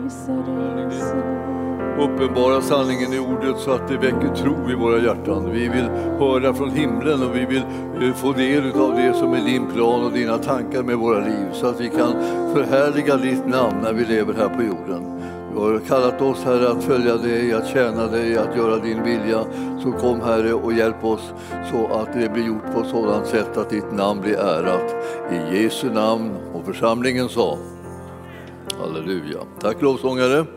Uppenbara sanningen i ordet så att det väcker tro i våra hjärtan. Vi vill höra från himlen och vi vill få del av det som är din plan och dina tankar med våra liv, så att vi kan förhärliga ditt namn när vi lever här på jorden. Du har kallat oss, Herre, att följa dig, att tjäna dig, att göra din vilja. Så kom, Herre, och hjälp oss så att det blir gjort på ett sådant sätt att ditt namn blir ärat. I Jesu namn, och församlingen sa halleluja. Tack lovsångare.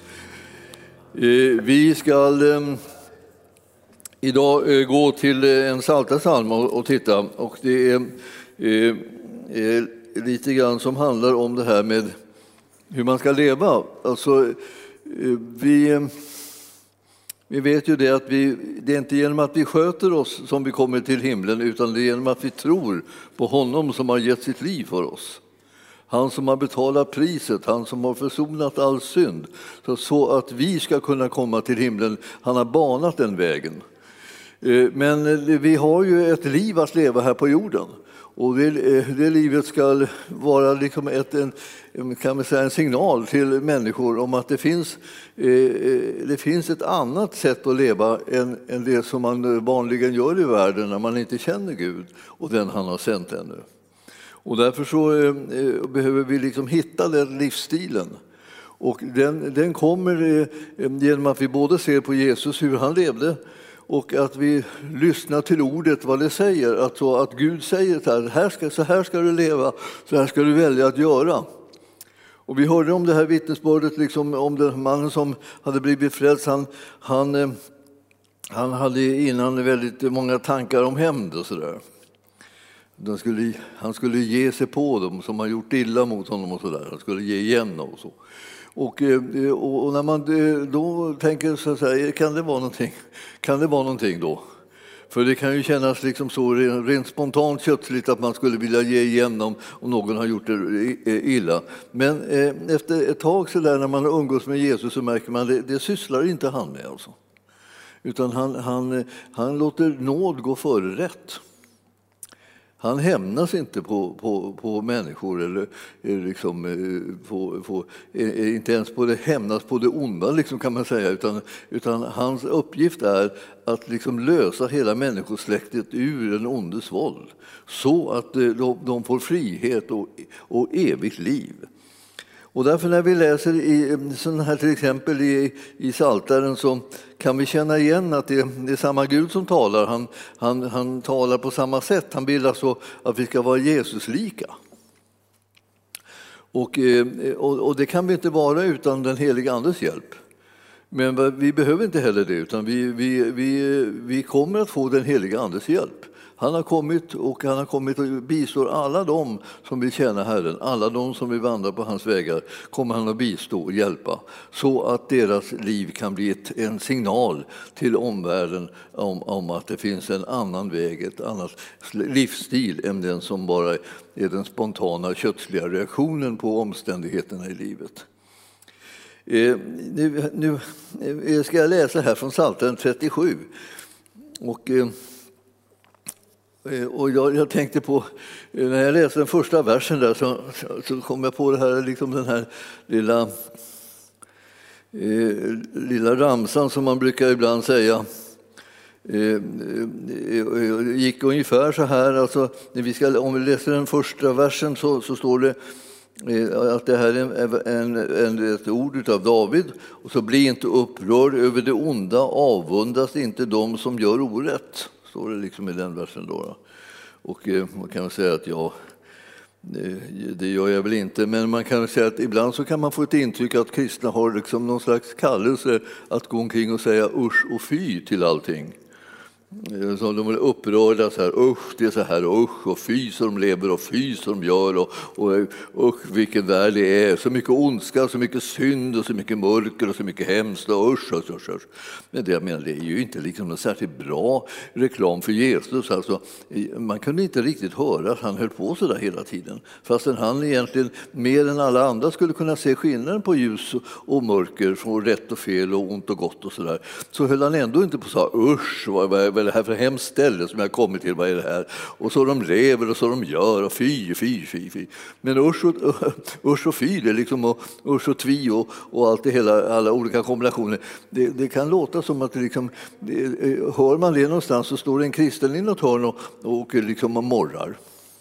Vi ska idag gå till en psaltarpsalm och titta, och det är lite grann som handlar om det här med hur man ska leva. Alltså, vi vet ju det att det är inte genom att vi sköter oss som vi kommer till himlen, utan det är genom att vi tror på honom som har gett sitt liv för oss. Han som har betalat priset, han som har försonat all synd, så att vi ska kunna komma till himlen. Han har banat den vägen. Men vi har ju ett liv att leva här på jorden. Och det livet ska vara liksom en signal till människor om att det finns ett annat sätt att leva än det som man vanligen gör i världen när man inte känner Gud och den han har sänt ännu. Och därför så behöver vi liksom hitta den livsstilen. Och den kommer genom att vi både ser på Jesus, hur han levde, och att vi lyssnar till ordet, vad det säger. Att Gud säger så här ska du leva, så här ska du välja att göra. Och vi hörde om det här vittnesbördet, liksom om den mannen som hade blivit frälst. Han hade innan väldigt många tankar om hämnd och sådär. Han skulle ge sig på dem som har gjort illa mot honom och sådär. Han skulle ge igen och så. Och när man då tänker så här, kan det vara någonting då? För det kan ju kännas liksom så rent spontant kötsligt att man skulle vilja ge igen om någon har gjort det illa. Men efter ett tag så där, när man umgås med Jesus, så märker man det sysslar inte han med alltså. Utan han låter nåd gå före rätt. Han hämnas inte på människor eller liksom inte ens hämnas på det onda, liksom, kan man säga, utan hans uppgift är att liksom lösa hela människosläktet ur en ondes våld, så att de får frihet och evigt liv. Och därför när vi läser i sån här, till exempel i Psaltaren, så kan vi känna igen att det är samma Gud som talar. Han talar på samma sätt. Han vill alltså att vi ska vara Jesuslika. Och det kan vi inte vara utan den heliga Andes hjälp. Men vi behöver inte heller det, utan vi kommer att få den heliga Andes hjälp. Han har kommit och bistår alla dem som vill tjäna Herren, alla de som vill vandra på hans vägar, kommer han att bistå och hjälpa, så att deras liv kan bli en signal till omvärlden om att det finns en annan väg, ett annat livsstil än den som bara är den spontana kötsliga reaktionen på omständigheterna i livet. Nu ska jag läsa här från Psaltaren 37. Och jag tänkte på, när jag läste den första versen där, så kom jag på det här, liksom den här lilla ramsan som man brukar ibland säga. Gick ungefär så här, alltså, om vi läser den första versen så står det att det här är ett ord av David, och så bli inte upprörd över det onda, avundas inte de som gör orätt, står det liksom i den versen då. Och man kan säga att det gör jag väl inte, men man kan säga att ibland så kan man få ett intryck att kristna har liksom någon slags kallelse att gå omkring och säga usch och fy till allting. Så de är upprörda så här, usch det är så här, usch och fy så de lever och fy så de gör och usch vilken värld det är, så mycket ondska, så mycket synd och så mycket mörker och så mycket hemskt och usch. Men det jag menar, det är ju inte liksom någon särskilt bra reklam för Jesus. Alltså, man kunde inte riktigt höra att han höll på så där hela tiden, fastän han egentligen mer än alla andra skulle kunna se skillnaden på ljus och mörker, från rätt och fel och ont och gott och sådär, så höll han ändå inte på så här, usch vad vad är det här för hemskt ställe som jag kommit till, vad är det här? Och så de lever och så de gör och fy. Men usch och fy, det liksom, och usch och tvi och allt det hela, alla olika kombinationer. Det kan låta som att det liksom, hör man det någonstans så står det en kristen i något hörn och liksom morrar.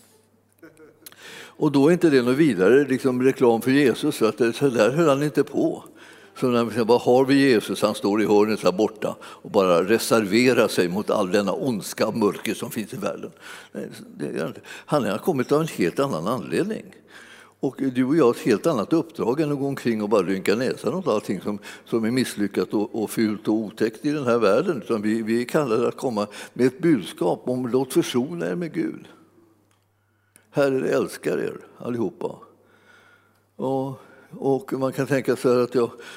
Och då är inte det något vidare liksom reklam för Jesus, så att så där höll han inte på. Så när vi säger, vad har vi Jesus? Han står i hörnet där borta och bara reserverar sig mot all denna ondska och mörker som finns i världen. Han har kommit av en helt annan anledning. Och du och jag har ett helt annat uppdrag än att gå omkring och bara rynka näsan åt allting som är misslyckat och fult och otäckt i den här världen. Utan vi är kallade att komma med ett budskap om låt försona er med Gud. Herren älskar er allihopa. Och man kan tänka sig att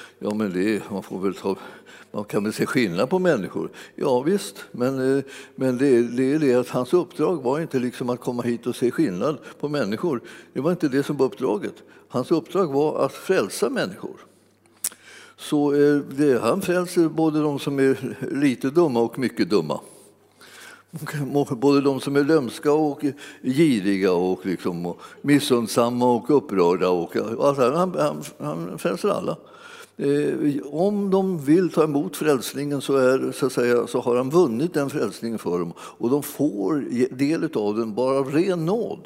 man kan väl se skillnad på människor. Ja visst, men det är det att hans uppdrag var inte liksom att komma hit och se skillnad på människor. Det var inte det som var uppdraget. Hans uppdrag var att frälsa människor. Så han frälser både de som är lite dumma och mycket dumma. Både de som är lömska och giriga och missundsamma och upprörda. Han frälser alla. Om de vill ta emot frälsningen så har han vunnit den frälsningen för dem. Och de får del av den bara av ren nåd.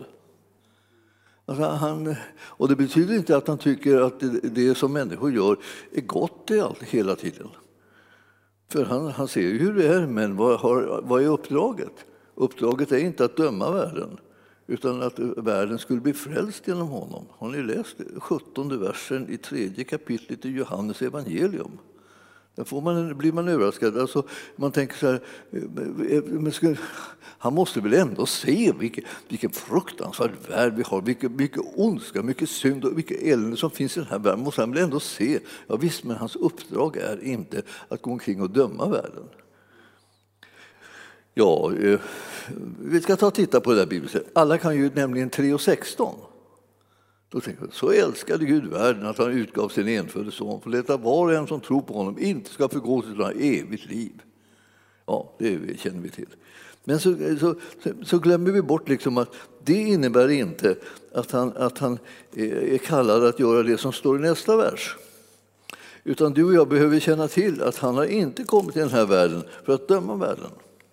Och det betyder inte att han tycker att det som människor gör är gott hela tiden. För han ser ju hur det är, men vad är uppdraget? Uppdraget är inte att döma världen, utan att världen skulle bli frälst genom honom. Har ni läst 17:e versen i 3:e kapitlet i Johannes evangelium? Där blir man överraskad. Alltså, man tänker så här, han måste väl ändå se vilken fruktansvärd värld vi har, mycket ondska, mycket synd och mycket elände som finns i den här världen. Måste han väl ändå se. Ja visst, men hans uppdrag är inte att gå omkring och döma världen. Ja, vi ska titta på det där bibeln. Alla kan ju nämligen 3:16. Då tänker jag, så älskade Gud världen att han utgav sin enfödde son för att låta var och en som tror på honom inte ska förgås utan evigt liv. Ja, det känner vi till. Men så glömmer vi bort liksom att det innebär inte att han är kallad att göra det som står i nästa vers. Utan du och jag behöver känna till att han har inte kommit till den här världen för att döma världen.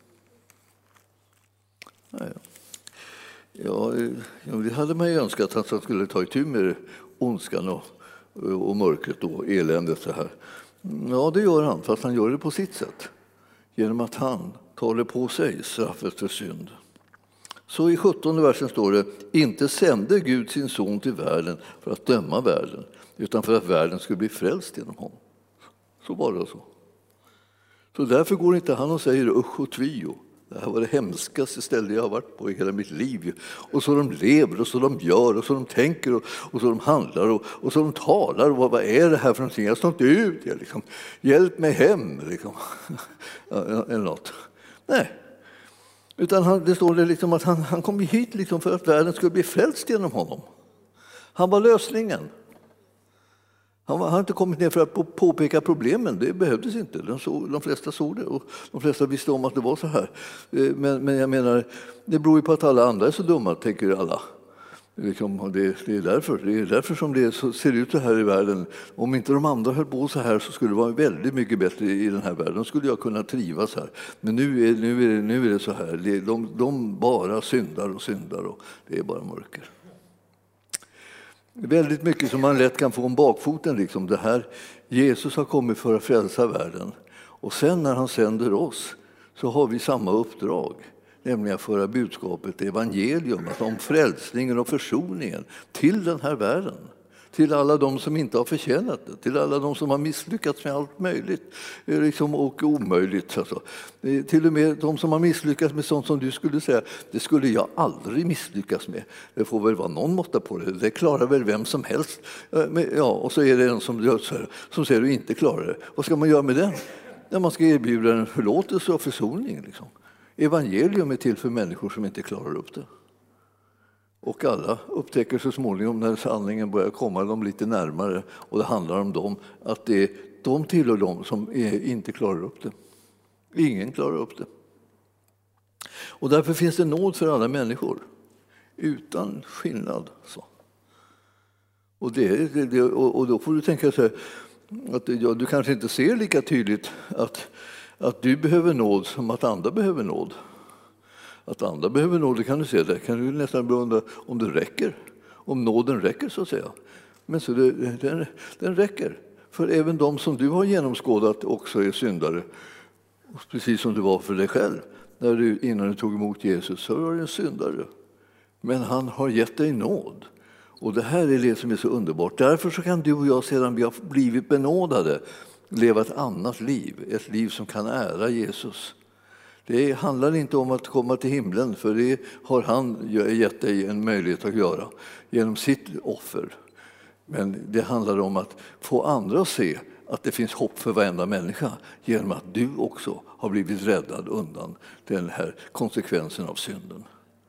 Ja, det hade man ju önskat att han skulle ta itu med ondskan och mörkret och eländet så här. Ja, det gör han, fast han gör det på sitt sätt. Genom att han tar det på sig, straffet för synd. Så i 17:e versen står det, inte sände Gud sin son till världen för att döma världen, utan för att världen skulle bli frälst genom honom. Så var det så. Så därför går inte han och säger usch och tvio. Det här var det hemskaste stället jag har varit på i hela mitt liv. Och så de lever och så de gör och så de tänker och så de handlar och så de talar. Och vad är det här för någonting? Jag står inte ut. Hjälp mig hem. Eller något. Nej. Utan det står det liksom att han kom hit liksom för att världen skulle bli frälst genom honom. Han var lösningen. Han har inte kommit ner för att påpeka problemen, det behövdes inte. De flesta såg det och de flesta visste om att det var så här. Men jag menar, det beror ju på att alla andra är så dumma, tänker alla. Det är därför som det ser ut så här i världen. Om inte de andra höll på så här så skulle det vara väldigt mycket bättre i den här världen. Då skulle jag kunna trivas här. Men nu är det så här. De bara syndar och det är bara mörker. Väldigt mycket som man lätt kan få om bakfoten. Liksom. Det här, Jesus har kommit för att frälsa världen. Och sen när han sänder oss så har vi samma uppdrag. Nämligen att föra budskapet evangelium om frälsningen och försoningen till den här världen. Till alla de som inte har förtjänat det. Till alla de som har misslyckats med allt möjligt och omöjligt. Alltså. Till och med de som har misslyckats med sånt som du skulle säga, det skulle jag aldrig misslyckas med. Det får väl vara någon måtta på det. Det klarar väl vem som helst. Ja, och så är det en som säger du inte klarar det. Vad ska man göra med den? Ja, man ska erbjuda en förlåtelse och försoning. Liksom. Evangelium är till för människor som inte klarar upp det. Och alla upptäcker så småningom när sanningen börjar komma dem lite närmare och det handlar om dem, att de tillhör dem som inte klarar upp det. Ingen klarar upp det. Och därför finns det nåd för alla människor, utan skillnad. Så. Och då får du tänka så här, att du kanske inte ser lika tydligt att du behöver nåd som att andra behöver nåd. Att andra behöver nåd, det kan du se, det kan du nästan undra om det räcker. Om nåden räcker, så att säga. Men så den räcker. För även de som du har genomskådat också är syndare. Precis som du var för dig själv. Innan du tog emot Jesus så var du en syndare. Men han har gett dig nåd. Och det här är det som är så underbart. Därför så kan du och jag, sedan vi har blivit benådade, leva ett annat liv. Ett liv som kan ära Jesus. Det handlar inte om att komma till himlen, för det har han gett dig en möjlighet att göra genom sitt offer. Men det handlar om att få andra att se att det finns hopp för varenda människa genom att du också har blivit räddad undan den här konsekvensen av synden.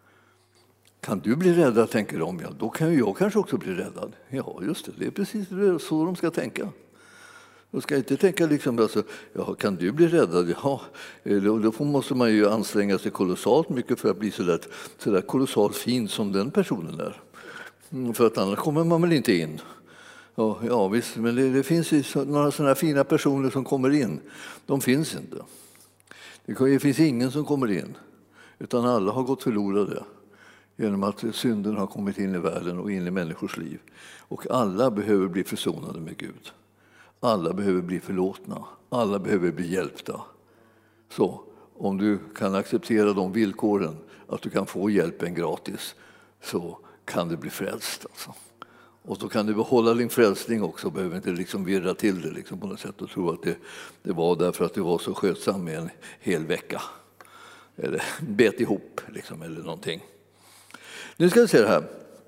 Kan du bli räddad, tänker de, ja, då kan jag kanske också bli räddad. Ja, just det, det är precis så de ska tänka. De ska inte tänka liksom, alltså, ja, kan du bli räddad? Ja, då måste man ju anstränga sig kolossalt mycket för att bli så där kolossalt fin som den personen är. För att annars kommer man väl inte in. Ja visst, men det finns ju några sådana fina personer som kommer in. De finns inte. Det finns ingen som kommer in, utan alla har gått förlorade genom att synden har kommit in i världen och in i människors liv. Och alla behöver bli försonade med Gud. Alla behöver bli förlåtna. Alla behöver bli hjälpta. Så om du kan acceptera de villkoren, att du kan få hjälpen gratis, så kan du bli frälst. Alltså. Och då kan du behålla din frälsning också. Behöver inte liksom virra till det liksom på något sätt och tro att det var därför att du var så skötsam med en hel vecka. Eller bet ihop liksom, eller någonting. Nu ska vi se det här.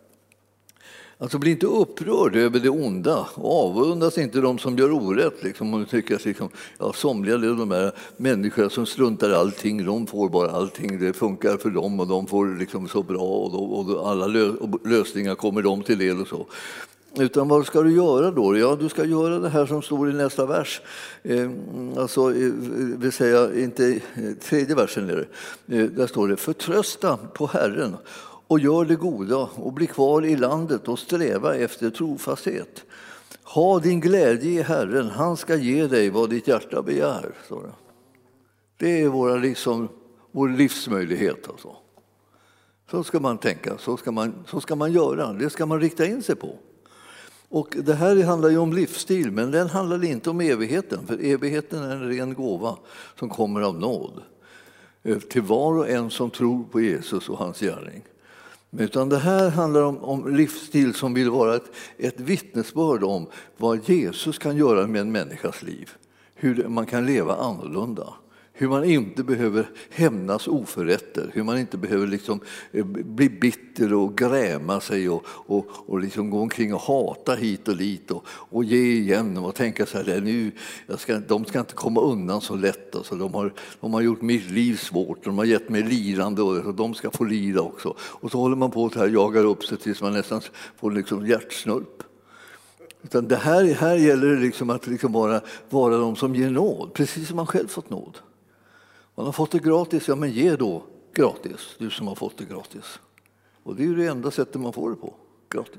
Alltså bli inte upprörd över det onda och avundas inte de som gör orätt. Liksom, om du tycker att liksom, ja, somliga är de här människor som struntar i allting, de får bara allting, det funkar för dem och de får liksom så bra och alla lösningar kommer dem till del och så. Utan vad ska du göra då? Ja, du ska göra det här som står i nästa vers. Alltså, vill säga, inte tredje versen är det. Där står det, förtrösta på Herren och gör det goda och bli kvar i landet och sträva efter trofasthet. Ha din glädje i Herren, han ska ge dig vad ditt hjärta begär. Står det. Det är vår livsmöjlighet. Alltså. Så ska man tänka, så ska man göra, det ska man rikta in sig på. Och det här handlar ju om livsstil, men den handlar inte om evigheten. För evigheten är en ren gåva som kommer av nåd. Till var och en som tror på Jesus och hans gärning. Utan det här handlar om livsstil som vill vara ett vittnesbörd om vad Jesus kan göra med en människas liv. Hur man kan leva annorlunda. Hur man inte behöver hämnas oförrätter. Hur man inte behöver liksom bli bitter och gräma sig och liksom gå omkring och hata hit och dit och ge igen och tänka så här, nu, de ska inte komma undan så lätt. Alltså, de har gjort mitt liv svårt, de har gett mig lidande och de ska få lida också. Och så håller man på att här jagar upp sig tills man nästan får liksom hjärtsnurp. Utan det här gäller det liksom att liksom vara de som ger nåd, precis som man själv fått nåd. Man har fått det gratis, ja men ge då gratis, du som har fått det gratis. Och det är ju det enda sättet man får det på, gratis.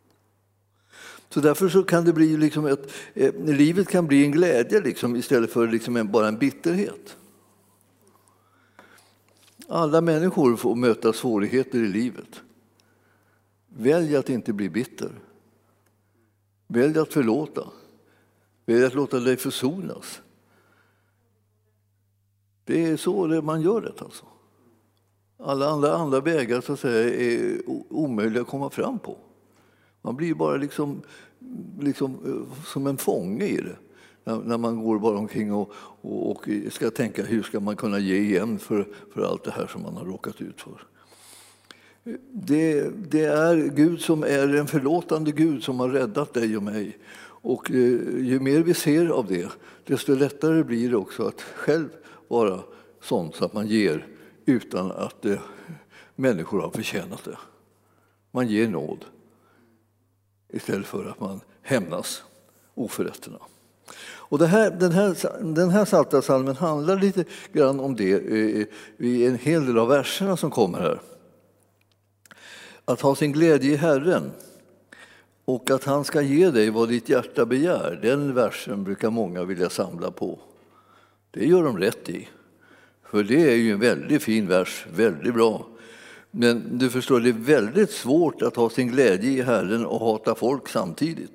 Så därför så kan det bli liksom livet kan bli en glädje liksom, istället för liksom bara en bitterhet. Alla människor får möta svårigheter i livet. Välj att inte bli bitter. Välj att förlåta. Välj att låta dig försonas. Det är så man gör det alltså. Alla andra vägar så att säga är omöjliga att komma fram på. Man blir bara liksom som en fånge i det. När man går bara omkring och ska tänka hur ska man kunna ge igen för allt det här som man har råkat ut för. Det är Gud som är en förlåtande Gud som har räddat dig och mig. Och ju mer vi ser av det, desto lättare blir det också att själv vara sånt så att man ger utan att människor har förtjänat det. Man ger nåd istället för att man hämnas oförrätterna. Och den här psaltarpsalmen handlar lite grann om det i en hel del av verserna som kommer här. Att ha sin glädje i Herren och att han ska ge dig vad ditt hjärta begär. Den versen brukar många vilja samla på. Det gör de rätt i. För det är ju en väldigt fin vers, väldigt bra. Men du förstår, det är väldigt svårt att ha sin glädje i Herren och hata folk samtidigt.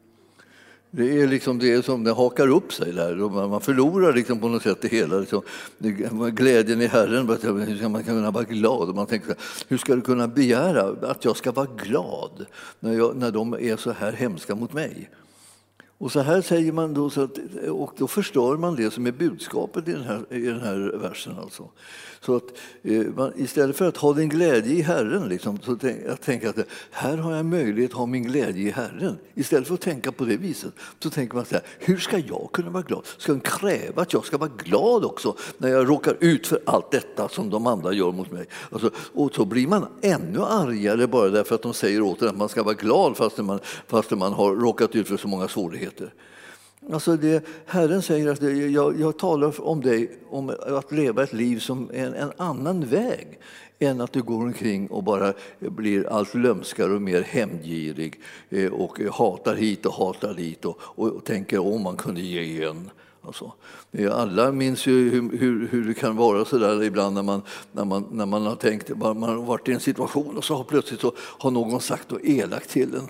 Det är liksom det som det hakar upp sig där. Man förlorar liksom på något sätt det hela. Liksom. Glädjen i Herren, hur ska man kunna vara glad? Och man tänker, hur ska du kunna begära att jag ska vara glad när de är så här hemska mot mig? Och så här säger man då, och då förstör man det som är budskapet i den här versen. Alltså. Så att istället för att ha din glädje i Herren, liksom, så jag tänker att här har jag möjlighet att ha min glädje i Herren. Istället för att tänka på det viset så tänker man så här, hur ska jag kunna vara glad? Ska jag kräva att jag ska vara glad också när jag råkar ut för allt detta som de andra gör mot mig? Alltså, och så blir man ännu argare bara därför att de säger åt en att man ska vara glad fast man har råkat ut för så många svårigheter. Alltså Herren säger att jag talar om dig om att leva ett liv som en annan väg än att du går omkring och bara blir allt lömskare och mer hämndgirig och hatar hit och hatar dit och tänker om man kunde ge igen. Alltså, alla minns ju hur det kan vara så där ibland när man har tänkt, man har varit i en situation och så har plötsligt så har någon sagt och elakt till en.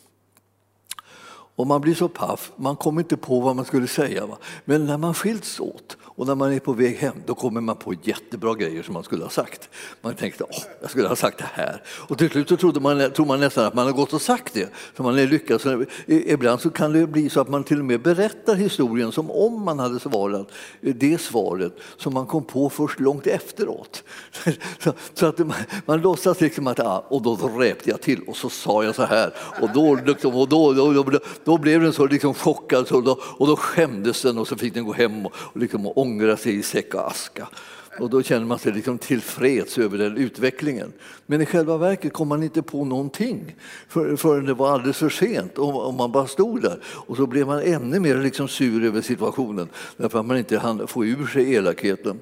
Och man blir så paff, man kommer inte på vad man skulle säga. Va? Men när man skiljs åt och när man är på väg hem, då kommer man på jättebra grejer som man skulle ha sagt. Man tänkte, jag skulle ha sagt det här. Och till slut så tror man nästan att man har gått och sagt det. Så man är lyckad. Så ibland så kan det bli så att man till och med berättar historien som om man hade svarat det svaret som man kom på först långt efteråt. Så att man låtsas liksom att, och då räpte jag till och så sa jag så här. Och då blev den så liksom chockad och då skämdes den och så fick den gå hem och ångra sig i säck och aska. Och då känner man sig liksom tillfreds över den utvecklingen. Men i själva verket kom man inte på någonting förrän det var alldeles för sent och man bara stod där. Och så blev man ännu mer liksom sur över situationen därför att man inte hann få ur sig elakheten.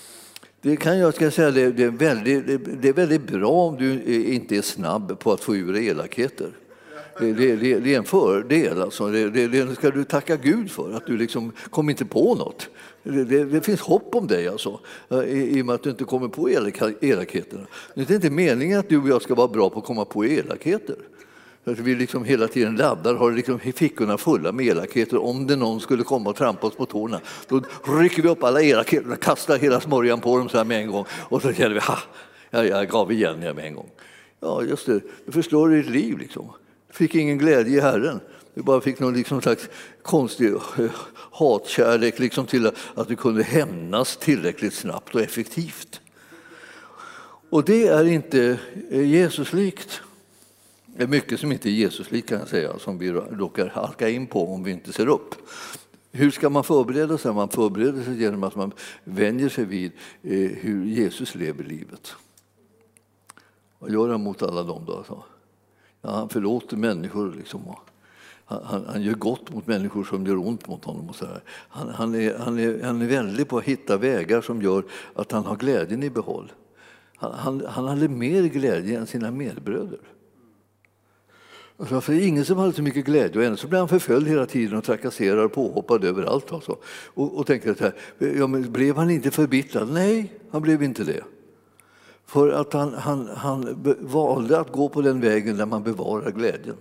Jag ska säga, det är väldigt bra om du inte är snabb på att få ur elakheter. Det är en fördel. Alltså. Det ska du tacka Gud för, att du liksom kom inte på något. Det finns hopp om dig alltså, i och med att du inte kommer på elakheterna. Det är inte meningen att du och jag ska vara bra på att komma på elakheter. Att vi liksom hela tiden laddar, har liksom fickorna fulla med elakheter. Om det någon skulle komma och trampa oss på tårna, då rycker vi upp alla elakheterna, kastar hela smörjan på dem så här med en gång. Och så känner vi, jag gav igen med en gång. Ja, just det. Du förstår ditt liv liksom. Fick ingen glädje i Herren. Du bara fick någon liksom slags konstig hatkärlek liksom till att du kunde hämnas tillräckligt snabbt och effektivt. Och det är inte Jesuslikt. Det är mycket som inte är Jesuslikt, kan jag säga, som vi råkar halka in på om vi inte ser upp. Hur ska man förbereda sig? Man förbereder sig genom att man vänjer sig vid hur Jesus lever livet. Vad gör han mot alla dem då? Alltså? Ja, han förlåter människor liksom. Han gör gott mot människor som gör ont mot honom. Och så där. Han är väldigt på att hitta vägar som gör att han har glädjen i behåll. Han hade mer glädje än sina medbröder. Alltså, för det är ingen som hade så mycket glädje och ändå så blev han förföljd hela tiden och trakasserad och påhoppad överallt. Alltså. Och tänker så här, men blev han inte förbittrad? Nej, han blev inte det. För att han valde att gå på den vägen där man bevarar glädjen.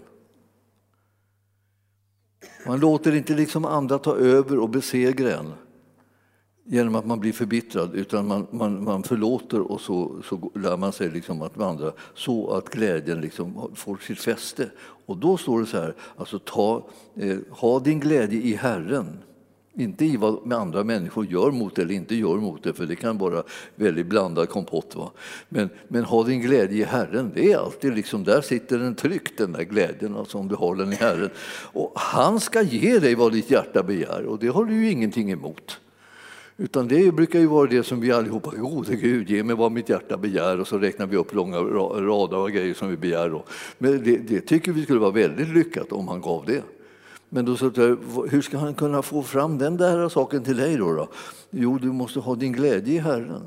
Man låter inte liksom andra ta över och besegra en genom att man blir förbittrad, utan man förlåter och så lär man sig liksom att vandra så att glädjen liksom får sitt fäste. Och då står det så här, alltså ha din glädje i Herren. Inte i vad med andra människor gör mot det eller inte gör mot det, för det kan vara väldigt blandad kompott. Va? Men ha din glädje i Herren, det är alltid liksom, där sitter den tryckt, den där glädjen, alltså om du har den i Herren. Och han ska ge dig vad ditt hjärta begär, och det har du ju ingenting emot. Utan det brukar ju vara det som vi allihopa, gode Gud, ge mig vad mitt hjärta begär, och så räknar vi upp långa rader av grejer som vi begär. Men det tycker vi skulle vara väldigt lyckat om han gav det. Men då sa jag, hur ska han kunna få fram den där saken till dig då? Jo, du måste ha din glädje i Herren.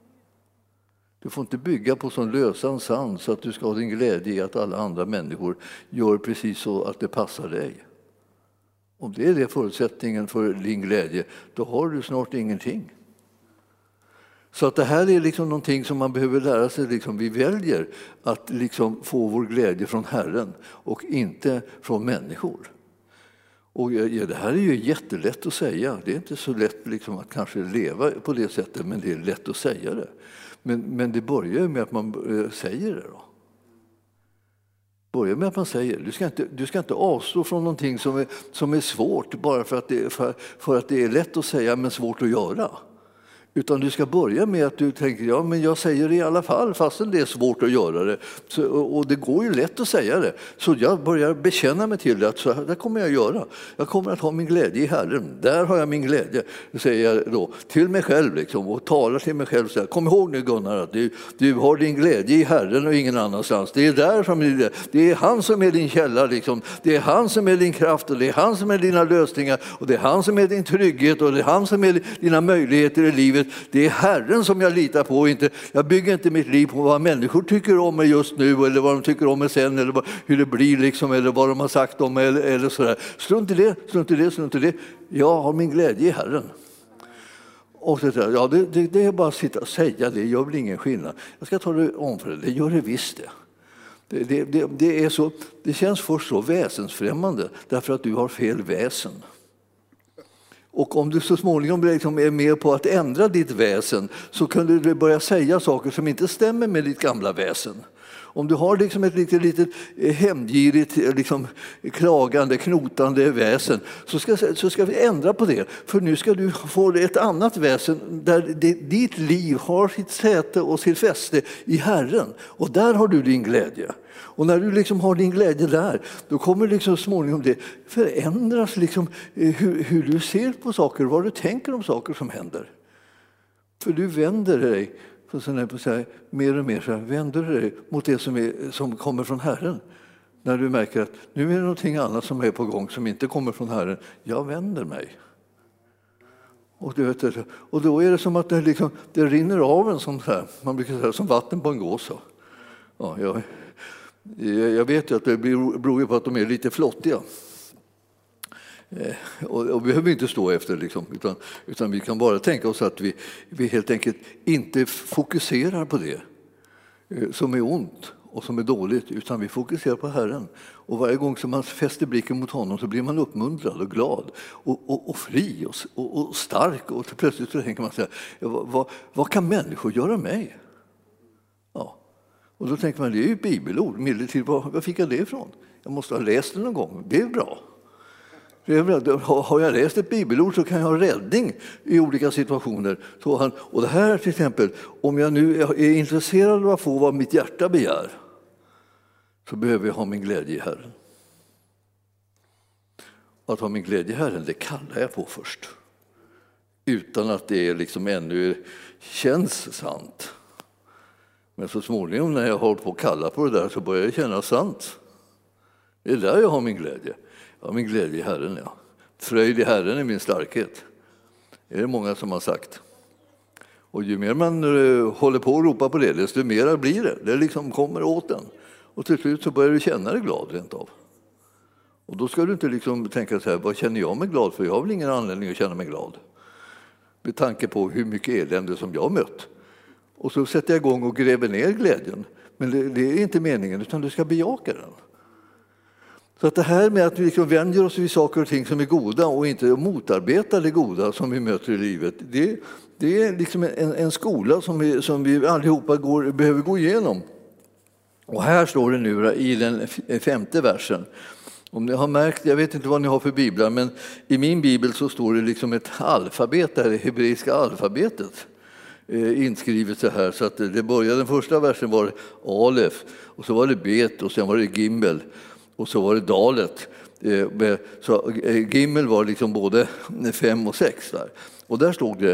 Du får inte bygga på sån lösan sand så att du ska ha din glädje i att alla andra människor gör precis så att det passar dig. Om det är det förutsättningen för din glädje, då har du snart ingenting. Så att det här är liksom någonting som man behöver lära sig. Liksom, vi väljer att liksom få vår glädje från Herren och inte från människor. Och det här är ju jättelätt att säga. Det är inte så lätt liksom att kanske leva på det sättet, men det är lätt att säga det. Men det börjar med att man säger det då. Börja med att man säger, du ska inte avstå från någonting som är svårt bara för att det är lätt att säga men svårt att göra. Utan du ska börja med att du tänker, ja men jag säger det i alla fall fastän det är svårt att göra det. Och det går ju lätt att säga det. Så jag börjar bekänna mig till det, att så här kommer jag göra. Jag kommer att ha min glädje i Herren. Där har jag min glädje, säger jag då till mig själv liksom, och talar till mig själv. Så här, kom ihåg nu Gunnar att du har din glädje i Herren och ingen annanstans. Det är där som det är han som är din källa. Liksom. Det är han som är din kraft och det är han som är dina lösningar och det är han som är din trygghet och det är han som är dina möjligheter i livet. Det är Herren som jag litar på. Jag bygger inte mitt liv på vad människor tycker om mig just nu eller vad de tycker om mig sen eller hur det blir liksom, eller vad de har sagt om mig eller sådär. Strunt i det. Jag har min glädje i Herren. Och det är bara att sitta och säga det, gör väl ingen skillnad. Jag ska ta det om för det gör det visst det. Det är så, det känns först så väsensfrämmande därför att du har fel väsen. Och om du så småningom liksom är med på att ändra ditt väsen så kan du börja säga saker som inte stämmer med ditt gamla väsen. Om du har liksom ett litet hämndgirigt, liksom, klagande, knotande väsen så ska vi ändra på det. För nu ska du få ett annat väsen där ditt liv har sitt säte och sitt fäste i Herren. Och där har du din glädje. Och när du liksom har din glädje där, då kommer liksom småningom det förändras liksom hur du ser på saker, vad du tänker om saker som händer. För du vänder dig mer och mer så här, vänder dig mot det som kommer från Herren. När du märker att nu är det någonting annat som är på gång som inte kommer från Herren. Jag vänder mig. Och då är det som att det rinner av en sån här, man brukar säga som vatten på en gås. Ja, jag vet ju att det beror på att de är lite flottiga. Och vi behöver inte stå efter liksom, utan vi kan bara tänka oss att vi helt enkelt inte fokuserar på det som är ont och som är dåligt, utan vi fokuserar på Herren. Och varje gång som man fäster blicken mot honom så blir man uppmuntrad och glad och fri och stark. Och plötsligt så tänker man så här, vad kan människor göra mig? Ja. Och då tänker man, det är ju bibelord. Var fick jag det ifrån? Jag måste ha läst det någon gång. Det är bra. Har jag läst ett bibelord så kan jag ha räddning i olika situationer. Och det här till exempel, om jag nu är intresserad av att få vad mitt hjärta begär så behöver jag ha min glädje i Herren. Att ha min glädje i Herren, det kallar jag på först. Utan att det liksom ännu känns sant. Men så småningom när jag håller på att kalla på det där så börjar jag känna sant. Det är där jag har min glädje. Jag har min glädje i Herren, ja. Fröjd i Herren är min starkhet. Det är det många som har sagt. Och ju mer man håller på att ropa på det, desto mer blir det. Det liksom kommer åt den. Och till slut så börjar du känna dig glad rent av. Och då ska du inte liksom tänka så här, vad känner jag mig glad för? Jag har väl ingen anledning att känna mig glad. Med tanke på hur mycket elände som jag har mött. Och så sätter jag igång och gräver ner glädjen. Men det är inte meningen, utan du ska bejaka den. Så att det här med att vi liksom vänjer oss vid saker och ting som är goda och inte motarbetar det goda som vi möter i livet, det är liksom en skola som vi allihopa behöver gå igenom. Och här står det nu i den 5:e versen. Om ni har märkt, jag vet inte vad ni har för biblar, men i min bibel så står det liksom ett alfabet, det hebreiska alfabetet. Inskrivet så här, så att det började, den första versen var alef och så var det bet och sen var det gimbel och så var det dalet. Så gimbel var liksom både 5 och 6 där. Och där stod det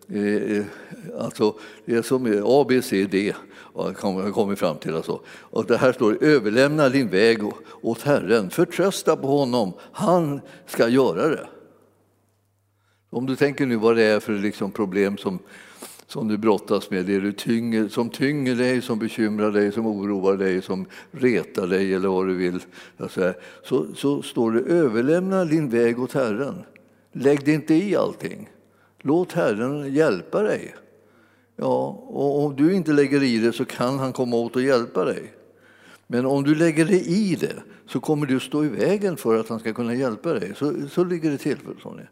Alltså det som är A, B, C, D kommer fram till. Alltså. Och det här står: överlämna din väg åt Herren, förtrösta på honom, han ska göra det. Om du tänker nu vad det är för liksom problem som du brottas med, det du som tynger dig, som bekymrar dig, som oroar dig, som retar dig eller vad du vill. Så står det: överlämna din väg åt Herren. Lägg dig inte i allting. Låt Herren hjälpa dig. Ja, och om du inte lägger i det så kan han komma åt och hjälpa dig. Men om du lägger dig i det så kommer du stå i vägen för att han ska kunna hjälpa dig. Så ligger det till.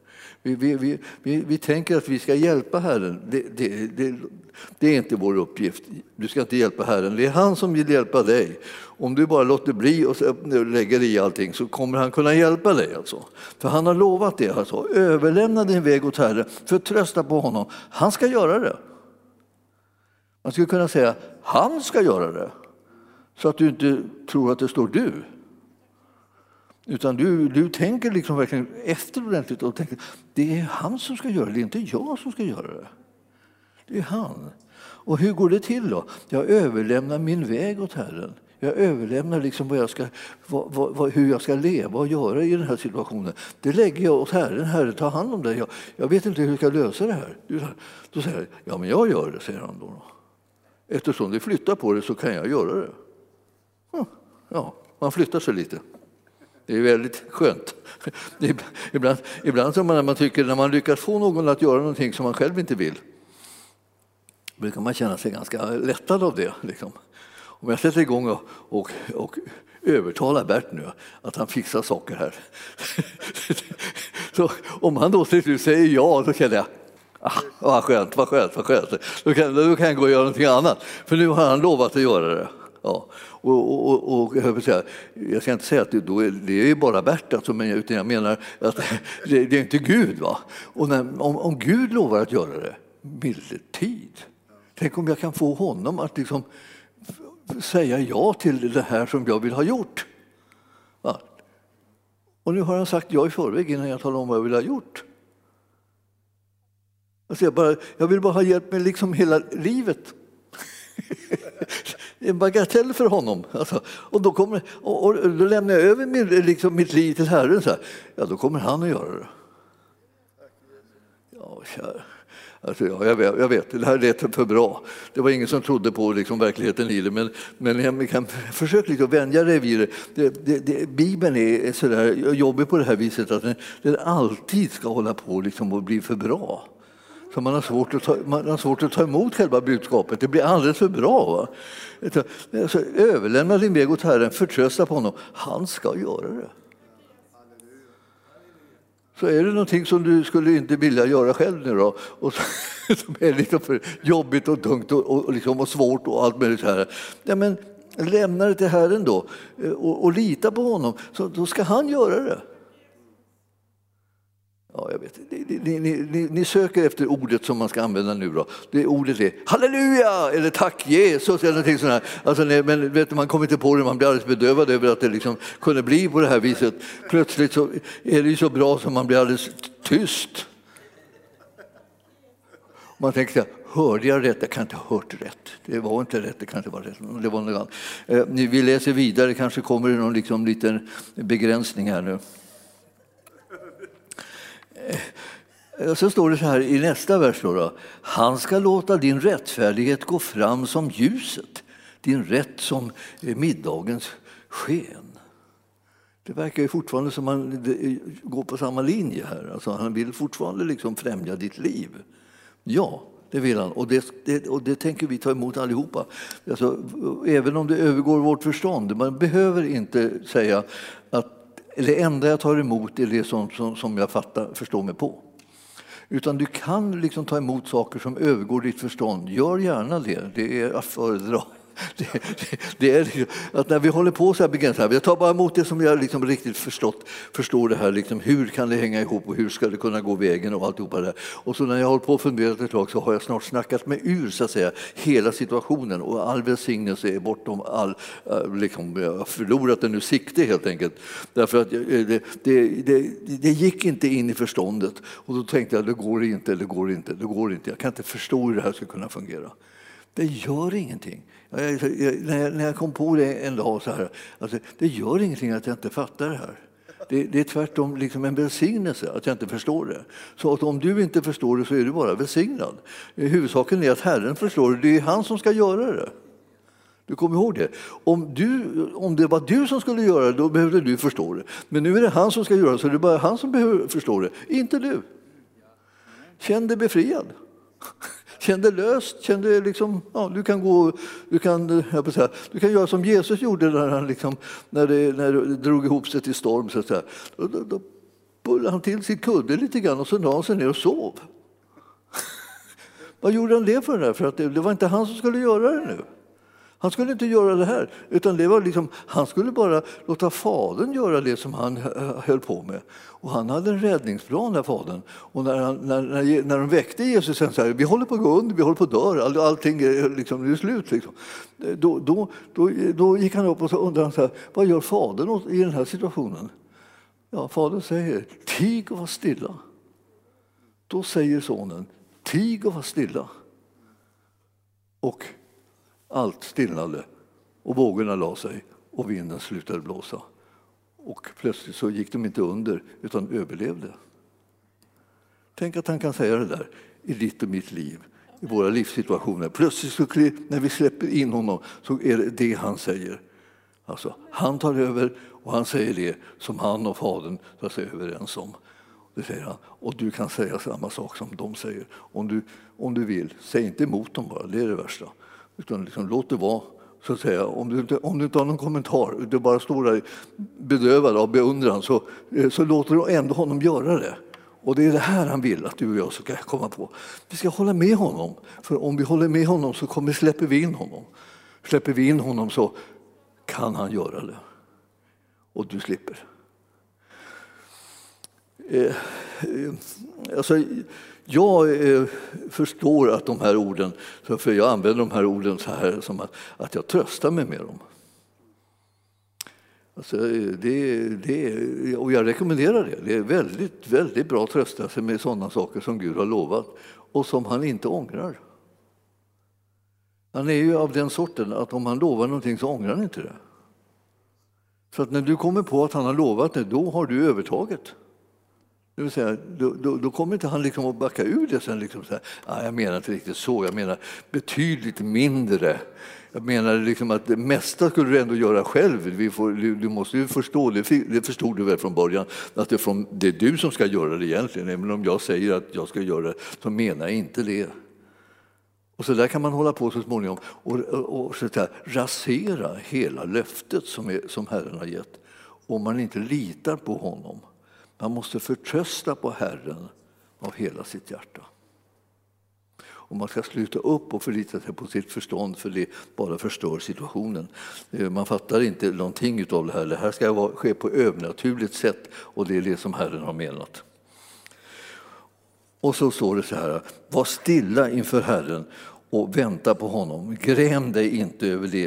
Vi tänker att vi ska hjälpa Herren. Det är inte vår uppgift. Du ska inte hjälpa Herren. Det är han som vill hjälpa dig. Om du bara låter bli och lägger i allting så kommer han kunna hjälpa dig. Alltså. För han har lovat det. Alltså. Överlämna din väg åt Herren. Förtrösta på honom. Han ska göra det. Man skulle kunna säga: han ska göra det. Så att du inte tror att det står du. Utan du tänker liksom verkligen efter ordentligt och tänker: det är han som ska göra det, det är inte jag som ska göra det. Det är han. Och hur går det till då? Jag överlämnar min väg åt Herren. Jag överlämnar liksom hur jag ska leva och göra i den här situationen. Det lägger jag åt Herren. Herre, ta hand om det. Jag vet inte hur jag ska lösa det här. Då säger jag: ja, men jag gör det, säger han då. Eftersom det flyttar på det så kan jag göra det. Ja, man flyttar sig lite. Det är väldigt skönt. Ibland så man tycker, när man lyckas få någon att göra någonting som man själv inte vill, brukar man känna sig ganska lättad av det. Liksom. Om jag sätter igång och övertalar Bert nu att han fixar saker här. Så om han då till slut säger ja, då känner jag: vad skönt. Då kan jag gå och göra någonting annat. För nu har han lovat att göra det. Ja. Och jag ska inte säga att det är bara Bert, alltså, men utan jag menar att det är inte Gud. Va? Och om Gud lovar att göra det, medeltid. Tänk om jag kan få honom att liksom säga ja till det här som jag vill ha gjort. Va? Och nu har han sagt ja i förväg innan jag talar om vad jag vill ha gjort. Alltså jag vill bara ha hjälp med liksom hela livet. En bagatell för honom. Alltså, och då lämnar jag över mitt liv till Herren. Så här. Ja, då kommer han att göra det. Ja, kär. Alltså, jag vet, det här lät för bra. Det var ingen som trodde på liksom verkligheten i det. Men jag kan försöka liksom vänja dig vid det. Bibeln är så där jobbig på det här viset att den alltid ska hålla på liksom och bli för bra. Så man har svårt att ta emot själva budskapet. Det blir alldeles för bra. Va? Alltså, överlämna din väg åt Herren, förtrösta på honom. Han ska göra det. Så är det någonting som du skulle inte vilja göra själv nu då, och som är lite för jobbigt och tungt och svårt och allt möjligt här. Ja, men lämna det till Herren då och lita på honom, så då ska han göra det. Ja, jag vet. Ni söker efter ordet som man ska använda nu då. Det ordet är halleluja eller tack Jesus eller någonting sånt här. Alltså, men vet du, man kommer inte på det, man blir alldeles bedövad över att det liksom kunde bli på det här viset. Plötsligt så är det ju så bra som man blir alldeles tyst. Man tänker: hörde jag rätt? Jag kan inte ha hört rätt. Det var inte rätt, det kan inte vara rätt. Det var något annat. Vi läser vidare, kanske kommer det någon liksom liten begränsning här nu. Så står det så här i nästa vers då. Han ska låta din rättfärdighet gå fram som ljuset, din rätt som middagens sken. Det verkar ju fortfarande som man går på samma linje här. Alltså, han vill fortfarande liksom främja ditt liv. Ja, det vill han. Och det tänker vi ta emot allihopa. Alltså, även om det övergår vårt förstånd. Man behöver inte säga att det enda jag tar emot är det som jag förstår mig på. Utan du kan liksom ta emot saker som övergår ditt förstånd. Gör gärna det. Det är att föredra. Det är att när vi håller på så här begränsat, jag tar bara emot det som jag liksom riktigt förstår det här, liksom, hur kan det hänga ihop och hur ska det kunna gå vägen och alltihopa det. Och så när jag håller på och funderat ett tag så har jag snart snackat mig ur så att säga hela situationen, och all välsignelse är bortom all, liksom, jag har förlorat den ur sikte helt enkelt. Därför att det gick inte in i förståndet, och då tänkte jag det går inte, jag kan inte förstå hur det här ska kunna fungera. Det gör ingenting. När jag kom på det en dag så här, alltså, det gör ingenting att jag inte fattar det här. Det är tvärtom liksom en välsignelse att jag inte förstår det. Så att om du inte förstår det så är du bara välsignad. Huvudsaken är att Herren förstår det. Det är han som ska göra det. Du kommer ihåg det. Om det var du som skulle göra det, då behövde du förstå det. Men nu är det han som ska göra det, så det är bara han som behöver förstå det. Inte du. Känn dig befriad. Känn dig löst, känn dig liksom, ja, du kan göra som Jesus gjorde när han liksom, när det drog ihop sig till storm så att säga. Då pullade han till sin kudde lite grann och så la han sig ner och sov. Vad gjorde han det för? För att det var inte han som skulle göra det nu. Han skulle inte göra det här, utan det var liksom, han skulle bara låta fadern göra det som han höll på med. Och han hade en räddningsplan, där fadern. Och när de väckte Jesus sen så här, vi håller på att gå under, vi håller på att dö, allting är liksom, slut. Liksom. Då gick han upp och så undrade han så här, vad gör fadern i den här situationen? Ja, fadern säger, tig och var stilla. Då säger sonen, tig och var stilla. Och allt stillade och vågorna la sig och vinden slutade blåsa. Och plötsligt så gick de inte under utan överlevde. Tänk att han kan säga det där i ditt och mitt liv, i våra livssituationer. Plötsligt så, när vi släpper in honom så är det han säger. Alltså, han tar över och han säger det som han och fadern så att säga överens om. Det säger han. Och du kan säga samma sak som de säger. Om du vill, säg inte emot dem bara, det är det värsta. Utan liksom, låt det vara, så att säga. Om du inte har någon kommentar, du bara står där bedövad av beundran, så låter du ändå honom göra det. Och det är det här han vill att du och jag ska komma på. Vi ska hålla med honom, för om vi håller med honom så släpper vi in honom. Släpper vi in honom så kan han göra det. Och du slipper. Alltså, jag förstår att de här orden, för jag använder de här orden så här som att jag tröstar mig med dem. Alltså, och jag rekommenderar det. Det är väldigt, väldigt bra att trösta sig med sådana saker som Gud har lovat och som han inte ångrar. Han är ju av den sorten att om han lovar någonting så ångrar han inte det. Så att när du kommer på att han har lovat det, då har du övertaget. Det vill säga, då kommer inte han liksom att backa ur det sen. Liksom så här, jag menar inte riktigt så, jag menar betydligt mindre. Jag menar liksom att det mesta skulle du ändå göra själv. Du måste ju förstå, det förstod du väl från början, att det är du som ska göra det egentligen. Även om jag säger att jag ska göra det, så menar jag inte det. Och så där kan man hålla på så småningom och så där, rasera hela löftet som Herren har gett. Om man inte litar på honom. Man måste förtrösta på Herren av hela sitt hjärta. Och man ska sluta upp och förlita sig på sitt förstånd, för det bara förstör situationen. Man fattar inte någonting av det här. Det här ska ske på övernaturligt sätt, och det är det som Herren har menat. Och så står det så här: var stilla inför Herren och vänta på honom. Gräm dig inte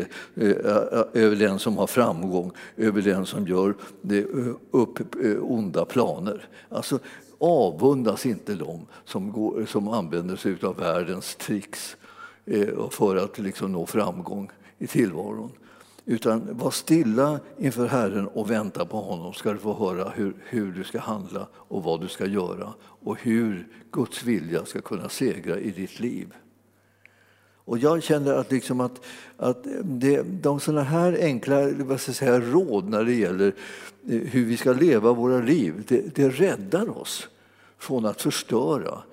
över den som har framgång, över den som gör upp onda planer. Alltså, avundas inte dem som använder sig av världens tricks för att liksom nå framgång i tillvaron. Utan var stilla inför Herren och vänta på honom, ska du få höra hur du ska handla och vad du ska göra och hur Guds vilja ska kunna segra i ditt liv. Och jag känner att de sådana här enkla råd när det gäller hur vi ska leva våra liv, det räddar oss från att förstöra,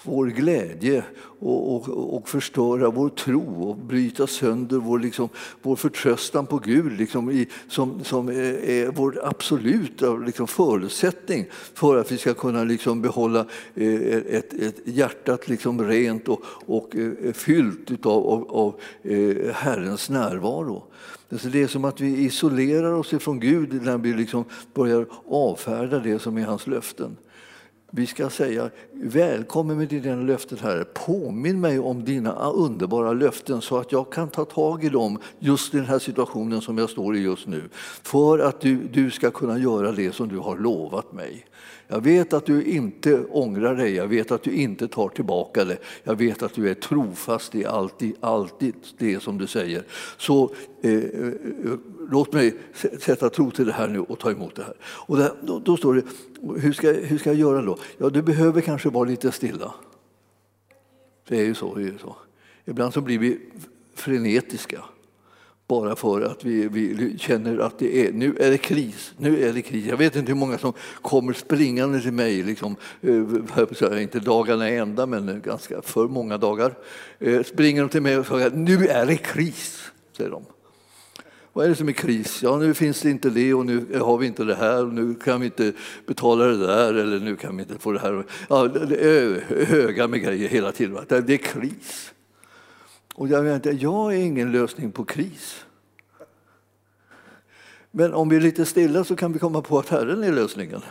vår glädje och förstöra vår tro och bryta sönder vår förtröstan på Gud som är vår absoluta förutsättning för att vi ska kunna behålla ett hjärtat rent och fyllt av Herrens närvaro. Det är som att vi isolerar oss ifrån Gud när vi börjar avfärda det som är hans löften. Vi ska säga, välkommen med dina löften, Herre. Påminn mig om dina underbara löften så att jag kan ta tag i dem just i den här situationen som jag står i just nu. För att du ska kunna göra det som du har lovat mig. Jag vet att du inte ångrar dig, jag vet att du inte tar tillbaka det. Jag vet att du är trofast i alltid det som du säger. Så låt mig sätta tro till det här nu och ta emot det här. Och då står det, hur ska jag göra då? Ja, du behöver kanske vara lite stilla. Det är ju så. Ibland så blir vi frenetiska. Bara för att vi känner att nu är det kris. Jag vet inte hur många som kommer springande till mig, inte dagarna ända, men ganska för många dagar. Springer de till mig och säger, nu är det kris, säger de. Vad är det som är kris? Ja, nu finns det inte det och nu har vi inte det här och nu kan vi inte betala det där eller nu kan vi inte få det här. Ja, det är höga med grejer hela tiden. Det är kris. Och jag är ingen lösning på kris. Men om vi är lite stilla så kan vi komma på att Herren är lösningen.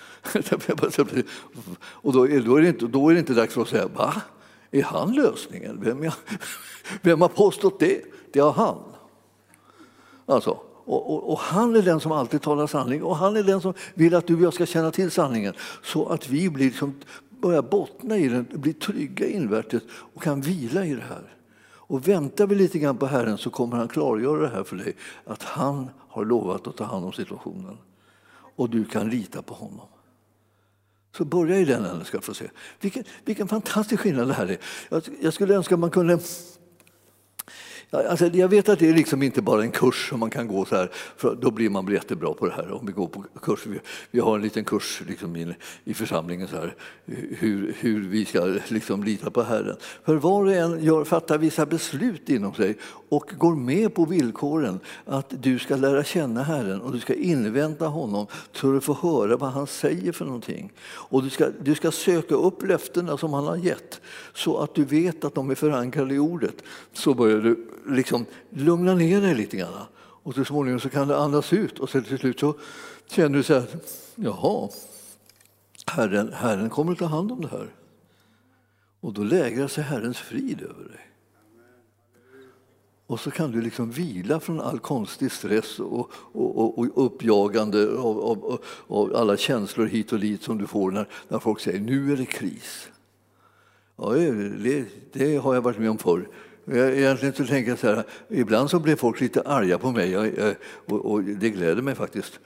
Och då är det inte dags för att säga, va? Är han lösningen? Vem har påstått det? Det har han. Alltså, och han är den som alltid talar sanning och han är den som vill att du och jag ska känna till sanningen så att vi börjar bottna i den, blir trygga invärtes och kan vila i det här. Och väntar vi lite grann på Herren så kommer han klargöra det här för dig att han har lovat att ta hand om situationen och du kan lita på honom. Så börja i den änden ska få se. Vilken fantastisk skillnad det här är. Jag skulle önska att man kunde... Alltså, jag vet att det är inte bara en kurs som man kan gå så här, för då blir man jättebra på det här om vi går på kurs. Vi har en liten kurs i församlingen så här, hur vi ska lita på Herren. För var och en fattar vissa beslut inom sig och går med på villkoren att du ska lära känna Herren och du ska invänta honom så du får höra vad han säger för någonting. Och du ska söka upp löftena som han har gett så att du vet att de är förankrade i ordet. Så börjar du lugna ner dig lite grann. Och så småningom så kan det andas ut. Och sen till slut så känner du så här, jaha, Herren kommer att ta hand om det här. Och då lägrar sig Herrens frid över dig. Och så kan du vila från all konstig stress och uppjagande av alla känslor hit och dit som du får när folk säger, nu är det kris. Ja, det har jag varit med om förr. Egentligen så tänker jag så här, ibland så blir folk lite arga på mig och det gläder mig faktiskt.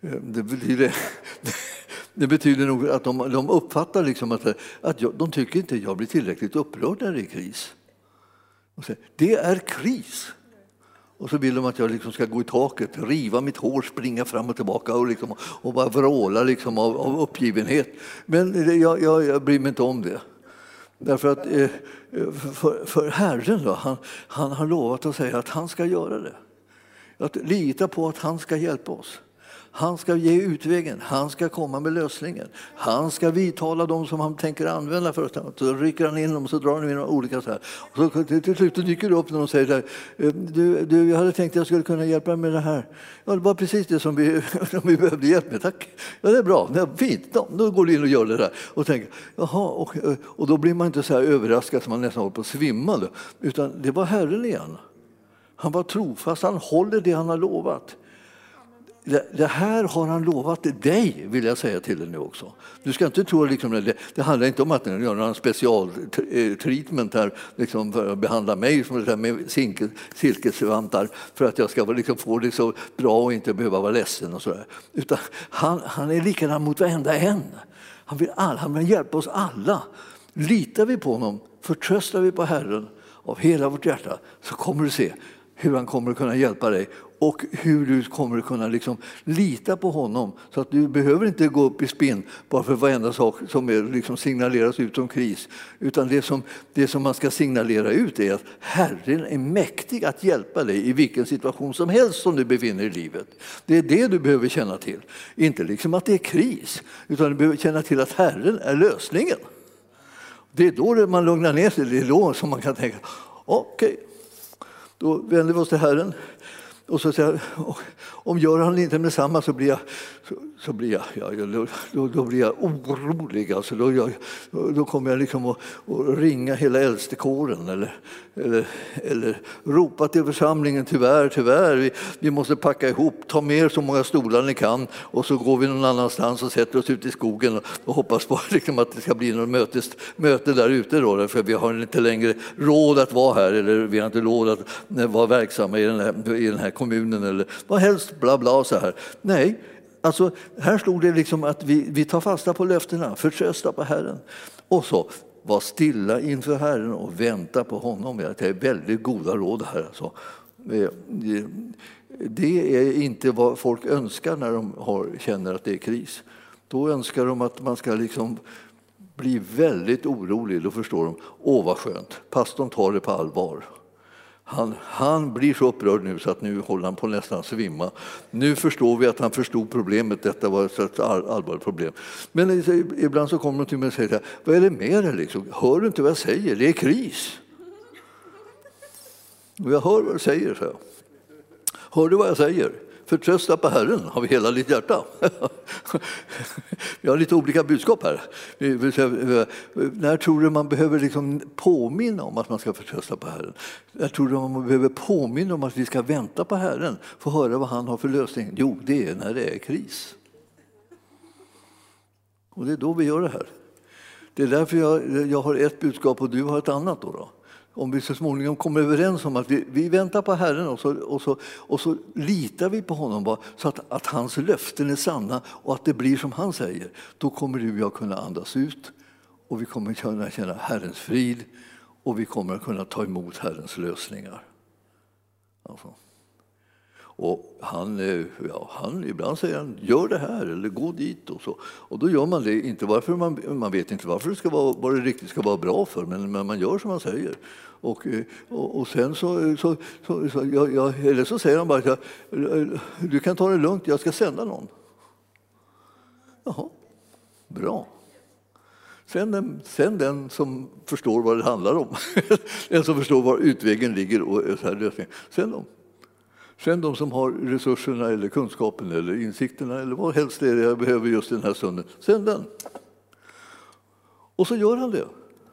Det betyder nog att de uppfattar att de tycker inte jag blir tillräckligt upprörd när det är kris. Och så, det är kris. Och så vill de att jag ska gå i taket, riva mitt hår, springa fram och tillbaka och bara vråla av uppgivenhet. Men jag bryr mig inte om det. Därför att för Herren då, han har lovat att säga att han ska göra det. Att lita på att han ska hjälpa oss. Han ska ge utvägen, han ska komma med lösningen. Han ska vidtala dem som han tänker använda för att så rycker han in dem och så drar han in olika så här. Och så till slut dyker det upp när de säger där, du, jag hade tänkt att jag skulle kunna hjälpa dig med det här. Ja, det var precis det som vi behövde hjälp med, tack. Ja, det är bra, det är fint. Då går du in och gör det där och tänker, jaha, och då blir man inte så här överraskad som man nästan håller på att svimma. Utan det var Herren igen. Han var trofast, han håller det han har lovat. Det här har han lovat dig, vill jag säga till dig nu också. Du ska inte tro det handlar inte om att göra en specialtreatment här, för att behandla mig som med silkesvantar för att jag ska få det så bra och inte behöva vara ledsen och sådär. Utan han är likadan mot varenda en. Han vill hjälpa oss alla. Litar vi på honom, förtröstar vi på Herren av hela vårt hjärta, så kommer du se hur han kommer att kunna hjälpa dig och hur du kommer att kunna liksom lita på honom så att du behöver inte gå upp i spinn bara för varenda sak som är liksom signaleras ut som kris. Utan det som man ska signalera ut är att Herren är mäktig att hjälpa dig i vilken situation som helst som du befinner i livet. Det är det du behöver känna till. Inte liksom att det är kris, utan du behöver känna till att Herren är lösningen. Det är då man lugnar ner sig, det är då som man kan tänka, okej. Då vänder vi oss till Herren och så säger om gör han inte med samma så blir jag orolig. Alltså då kommer jag liksom att ringa hela äldstekåren eller ropa till församlingen, tyvärr, vi måste packa ihop, ta med så många stolar ni kan och så går vi någon annanstans och sätter oss ut i skogen och hoppas på liksom att det ska bli något möte där ute då, för vi har inte längre råd att vara här eller vi har inte råd att vara verksamma i den här kommunen eller vad helst, bla bla så här. Nej, alltså här stod det liksom att vi tar fasta på löftena, förtrösta på Herren och så var stilla inför Herren och vänta på honom. Det är väldigt goda råd här. Alltså. Det är inte vad folk önskar när de känner att det är kris. Då önskar de att man ska liksom bli väldigt orolig. Då förstår de, vad skönt, pastorn tar det på allvar. Han blir så upprörd nu så att nu håller han på nästan svimma. Nu förstår vi att han förstod problemet. Detta var ett allvarligt problem. Men ibland så kommer de till mig och säger, vad är det med det liksom? Hör du inte vad jag säger? Det är kris. Och jag hör vad jag säger, så. Hör du vad jag säger? Förtrösta på Herren har vi hela ditt hjärta. Vi har lite olika budskap här. När tror du man behöver liksom påminna om att man ska förtrösta på Herren? När tror du man behöver påminna om att vi ska vänta på Herren för att höra vad han har för lösning? Jo, det är när det är kris. Och det är då vi gör det här. Det är därför jag har ett budskap och du har ett annat då. Om vi så småningom kommer överens om att vi väntar på Herren och så litar vi på honom så att hans löften är sanna och att det blir som han säger, då kommer du och jag kunna andas ut och vi kommer kunna känna Herrens frid och vi kommer kunna ta emot Herrens lösningar. Alltså. Och han ibland säger han, gör det här eller gå dit och så. Och då gör man det, inte varför man vet inte varför det ska vara, vad det riktigt ska vara bra för, men man gör som man säger. Och sen eller så säger han bara, du kan ta det lugnt, jag ska sända någon. Jaha, bra. Sen den som förstår vad det handlar om, den som förstår var utvägen ligger och så här lösningen. Sen de som har resurserna eller kunskapen eller insikterna eller vad helst det är jag behöver just den här stunden. Sen den. Och så gör han det.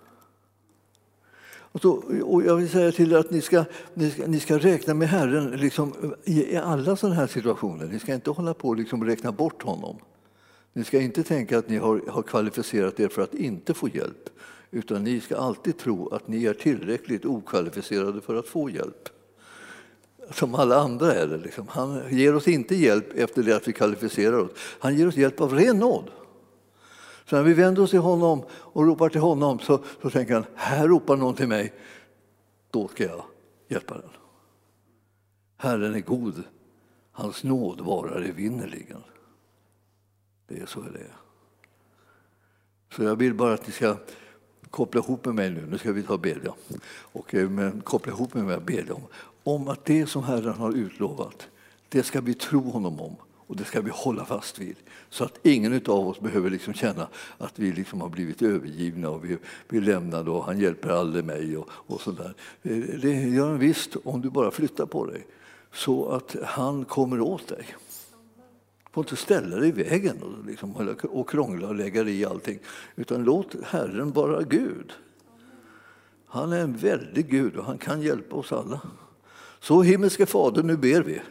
Och jag vill säga till er att ni ska räkna med Herren liksom, i alla sådana här situationer. Ni ska inte hålla på och liksom räkna bort honom. Ni ska inte tänka att ni har kvalificerat er för att inte få hjälp. Utan ni ska alltid tro att ni är tillräckligt okvalificerade för att få hjälp. Som alla andra är det. Liksom. Han ger oss inte hjälp efter det att vi kvalificerar oss. Han ger oss hjälp av ren nåd. Så när vi vänder oss till honom och ropar till honom så tänker han, här ropar någon till mig, då ska jag hjälpa den. Herren är god, hans nåd varar evinnerligen. Det är så det är. Så jag vill bara att ni ska koppla ihop med mig nu. Nu ska vi ta bedja. Men koppla ihop med mig och bedja om att det som Herren har utlovat, det ska vi tro honom om. Och det ska vi hålla fast vid. Så att ingen av oss behöver liksom känna att vi liksom har blivit övergivna och vi lämnade och han hjälper aldrig mig och sådär. Det gör han visst om du bara flyttar på dig. Så att han kommer åt dig. Du får inte ställa dig i vägen och krångla och lägga dig i allting. Utan låt Herren vara Gud. Han är en väldig Gud och han kan hjälpa oss alla. Så himmelske Fader, nu ber vi.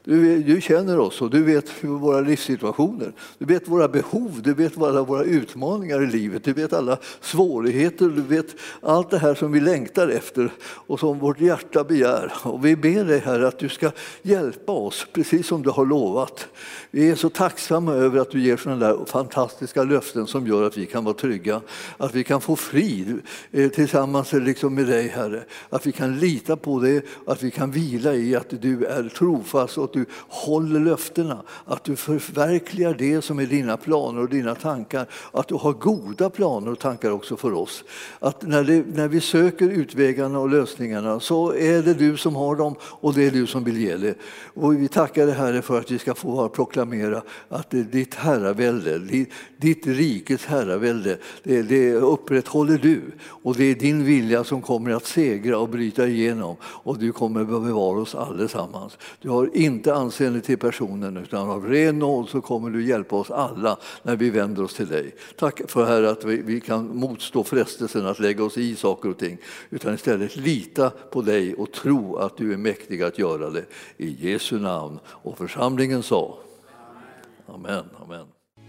Du känner oss och du vet våra livssituationer. Du vet våra behov, du vet alla våra utmaningar i livet. Du vet alla svårigheter, du vet allt det här som vi längtar efter och som vårt hjärta begär. Och vi ber dig, Herre, att du ska hjälpa oss, precis som du har lovat. Vi är så tacksamma över att du ger sådana där fantastiska löften som gör att vi kan vara trygga. Att vi kan få frid tillsammans liksom med dig, Herre. Att vi kan lita på det, att vi kan vila i att du är trofast och att du håller löftena. Att du förverkligar det som är dina planer och dina tankar. Att du har goda planer och tankar också för oss. Att när vi söker utvägarna och lösningarna så är det du som har dem och det är du som vill ge det. Och vi tackar dig, Herre, för att vi ska få proklamera att ditt herravälde, ditt rikes herravälde, det upprätthåller du. Och det är din vilja som kommer att segra och bryta igenom. Och du kommer att bevara oss allesammans. Du har inte anseende till personen, utan av ren nåd så kommer du hjälpa oss alla när vi vänder oss till dig. Tack för, Herre, att vi kan motstå frestelsen att lägga oss i saker och ting. Utan istället lita på dig och tro att du är mäktig att göra det. I Jesu namn. Och församlingen sa amen, amen.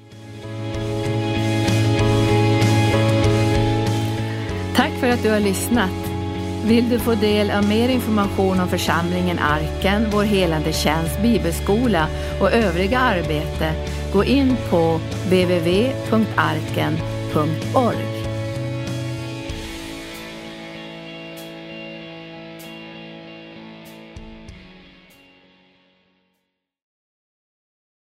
Tack för att du har lyssnat. Vill du få del av mer information om församlingen Arken, vår helande tjänst, bibelskola och övriga arbete, gå in på www.arken.org.